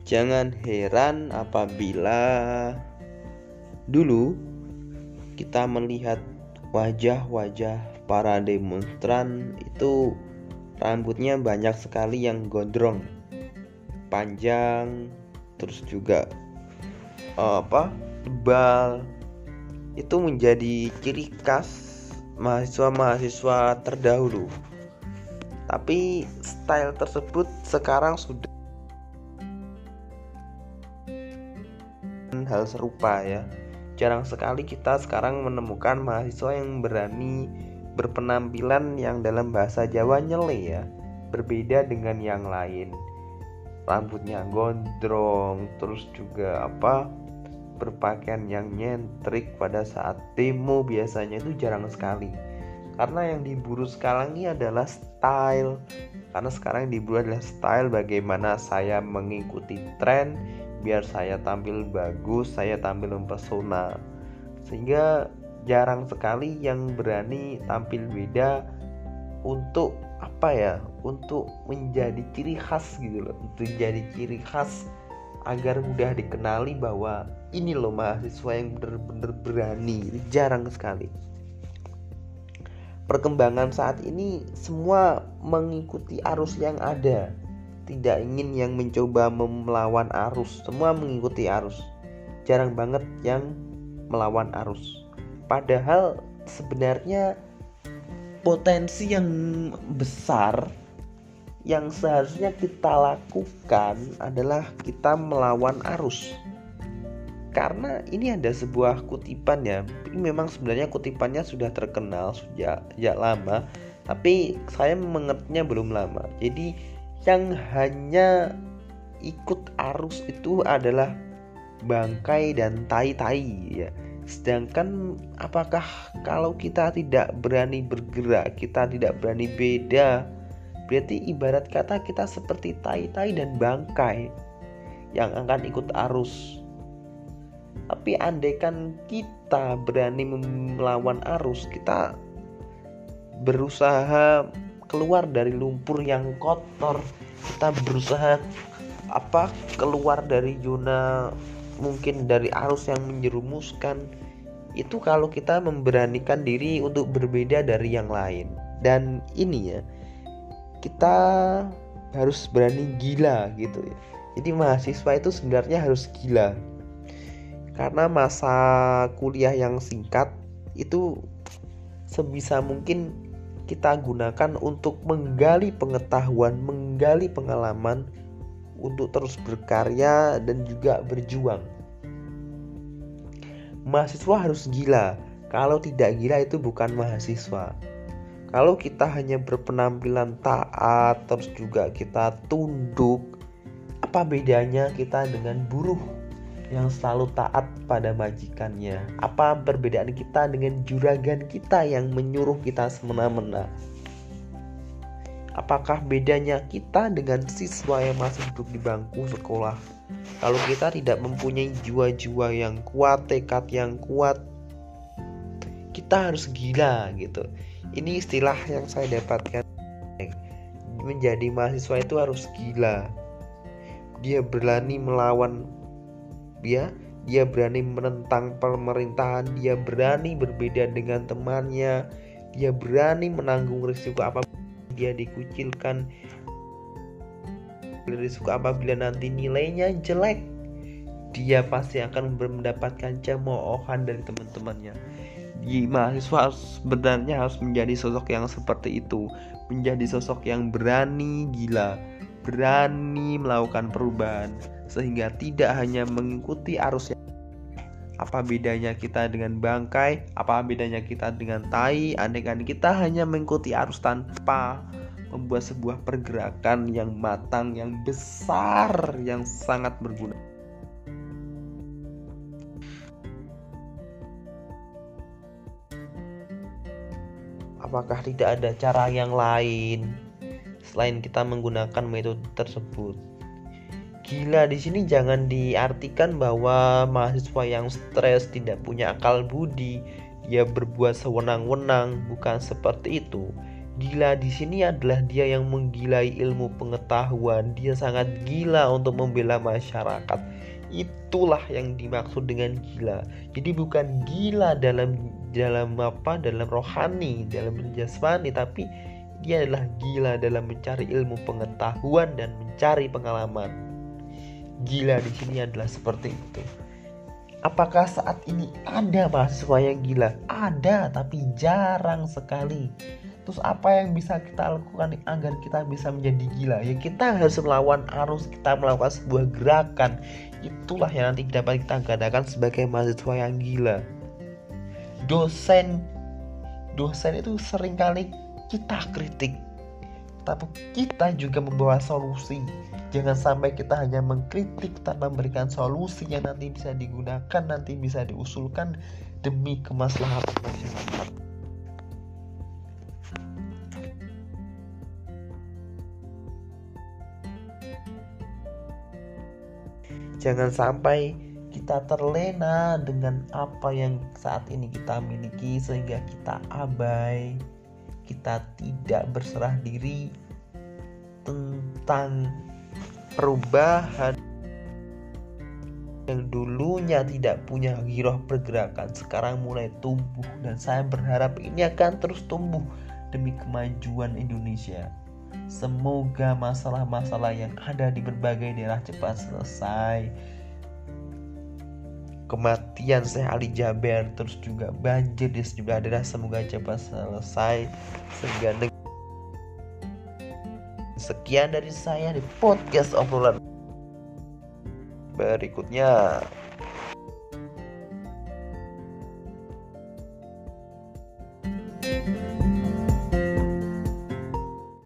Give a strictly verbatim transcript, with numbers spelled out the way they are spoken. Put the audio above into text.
Jangan heran apabila dulu kita melihat wajah-wajah para demonstran itu rambutnya banyak sekali yang gondrong, panjang, terus juga uh, apa tebal. Itu menjadi ciri khas mahasiswa-mahasiswa terdahulu. Tapi style tersebut sekarang sudah hal serupa ya. Jarang sekali kita sekarang menemukan mahasiswa yang berani berpenampilan yang dalam bahasa Jawa nyele ya, berbeda dengan yang lain. Rambutnya gondrong, terus juga apa berpakaian yang nyentrik pada saat demo biasanya itu jarang sekali. Karena yang diburu sekarang ini adalah style. Karena sekarang yang diburu adalah style, bagaimana saya mengikuti tren biar saya tampil bagus, saya tampil mempesona. Sehingga jarang sekali yang berani tampil beda untuk apa ya? Untuk menjadi ciri khas gitu loh. Untuk jadi ciri khas agar mudah dikenali bahwa ini loh mahasiswa yang benar-benar berani. Jarang sekali. Perkembangan saat ini semua mengikuti arus yang ada, tidak ingin yang mencoba melawan arus, semua mengikuti arus. Jarang banget yang melawan arus. Padahal sebenarnya potensi yang besar yang seharusnya kita lakukan adalah kita melawan arus. Karena ini ada sebuah kutipan ya, ini memang sebenarnya kutipannya sudah terkenal sejak, sejak lama, tapi saya mengertinya belum lama. Jadi yang hanya ikut arus itu adalah bangkai dan tai-tai ya. Sedangkan apakah kalau kita tidak berani bergerak, kita tidak berani beda, berarti ibarat kata kita seperti tai-tai dan bangkai yang akan ikut arus. Tapi andaikan kita berani melawan arus, kita berusaha keluar dari lumpur yang kotor, kita berusaha apa keluar dari zona mungkin dari arus yang menjerumuskan. Itu kalau kita memberanikan diri untuk berbeda dari yang lain. Dan ini ya, kita harus berani gila gitu ya. Jadi mahasiswa itu sebenarnya harus gila. Karena masa kuliah yang singkat itu sebisa mungkin kita gunakan untuk menggali pengetahuan, menggali pengalaman, untuk terus berkarya dan juga berjuang. Mahasiswa harus gila. Kalau tidak gila itu bukan mahasiswa. Kalau kita hanya berpenampilan taat, terus juga kita tunduk, apa bedanya kita dengan buruh yang selalu taat pada majikannya? Apa perbedaan kita dengan juragan kita yang menyuruh kita semena-mena? Apakah bedanya kita dengan siswa yang masih duduk di bangku sekolah? Kalau kita tidak mempunyai jiwa-jiwa yang kuat, tekad yang kuat, kita harus gila gitu. Ini istilah yang saya dapatkan. Menjadi mahasiswa itu harus gila. Dia berani melawan dia dia berani menentang pemerintahan, dia berani berbeda dengan temannya, dia berani menanggung risiko apapun dia dikucilkan, risiko apabila nanti nilainya jelek, dia pasti akan mendapatkan cemoohan dari teman-temannya. Di mahasiswa sebenarnya harus menjadi sosok yang seperti itu, menjadi sosok yang berani gila, berani melakukan perubahan, sehingga tidak hanya mengikuti arus yang. Apa bedanya kita dengan bangkai? Apa bedanya kita dengan tai? Andaikan kita hanya mengikuti arus tanpa membuat sebuah pergerakan yang matang, yang besar, yang sangat berguna. Apakah tidak ada cara yang lain selain kita menggunakan metode tersebut? Gila di sini jangan diartikan bahwa mahasiswa yang stres, tidak punya akal budi, dia berbuat sewenang-wenang, bukan seperti itu. Gila di sini adalah dia yang menggilai ilmu pengetahuan. Dia sangat gila untuk membela masyarakat. Itulah yang dimaksud dengan gila. Jadi bukan gila dalam dalam apa? Dalam rohani, dalam jasmani, tapi dia adalah gila dalam mencari ilmu pengetahuan dan mencari pengalaman. Gila di sini adalah seperti itu. Apakah saat ini ada mahasiswa yang gila? Ada, tapi jarang sekali. Terus apa yang bisa kita lakukan agar kita bisa menjadi gila? Ya kita harus melawan arus, kita melakukan sebuah gerakan. Itulah yang nanti dapat kita katakan sebagai mahasiswa yang gila. Dosen, dosen itu seringkali kita kritik, tapi kita juga membawa solusi. Jangan sampai kita hanya mengkritik tanpa memberikan solusi yang nanti bisa digunakan, nanti bisa diusulkan demi kemaslahatan masyarakat. Jangan sampai kita terlena dengan apa yang saat ini kita miliki sehingga kita abai, kita tidak berserah diri tentang perubahan yang dulunya tidak punya giroh pergerakan sekarang mulai tumbuh, dan saya berharap ini akan terus tumbuh demi kemajuan Indonesia. Semoga masalah-masalah yang ada di berbagai daerah cepat selesai. Kematian Syekh Ali Jaber, terus juga banjir di sejumlah daerah, semoga cepat selesai sehingga negeri. Sekian dari saya di podcast obrolan berikutnya.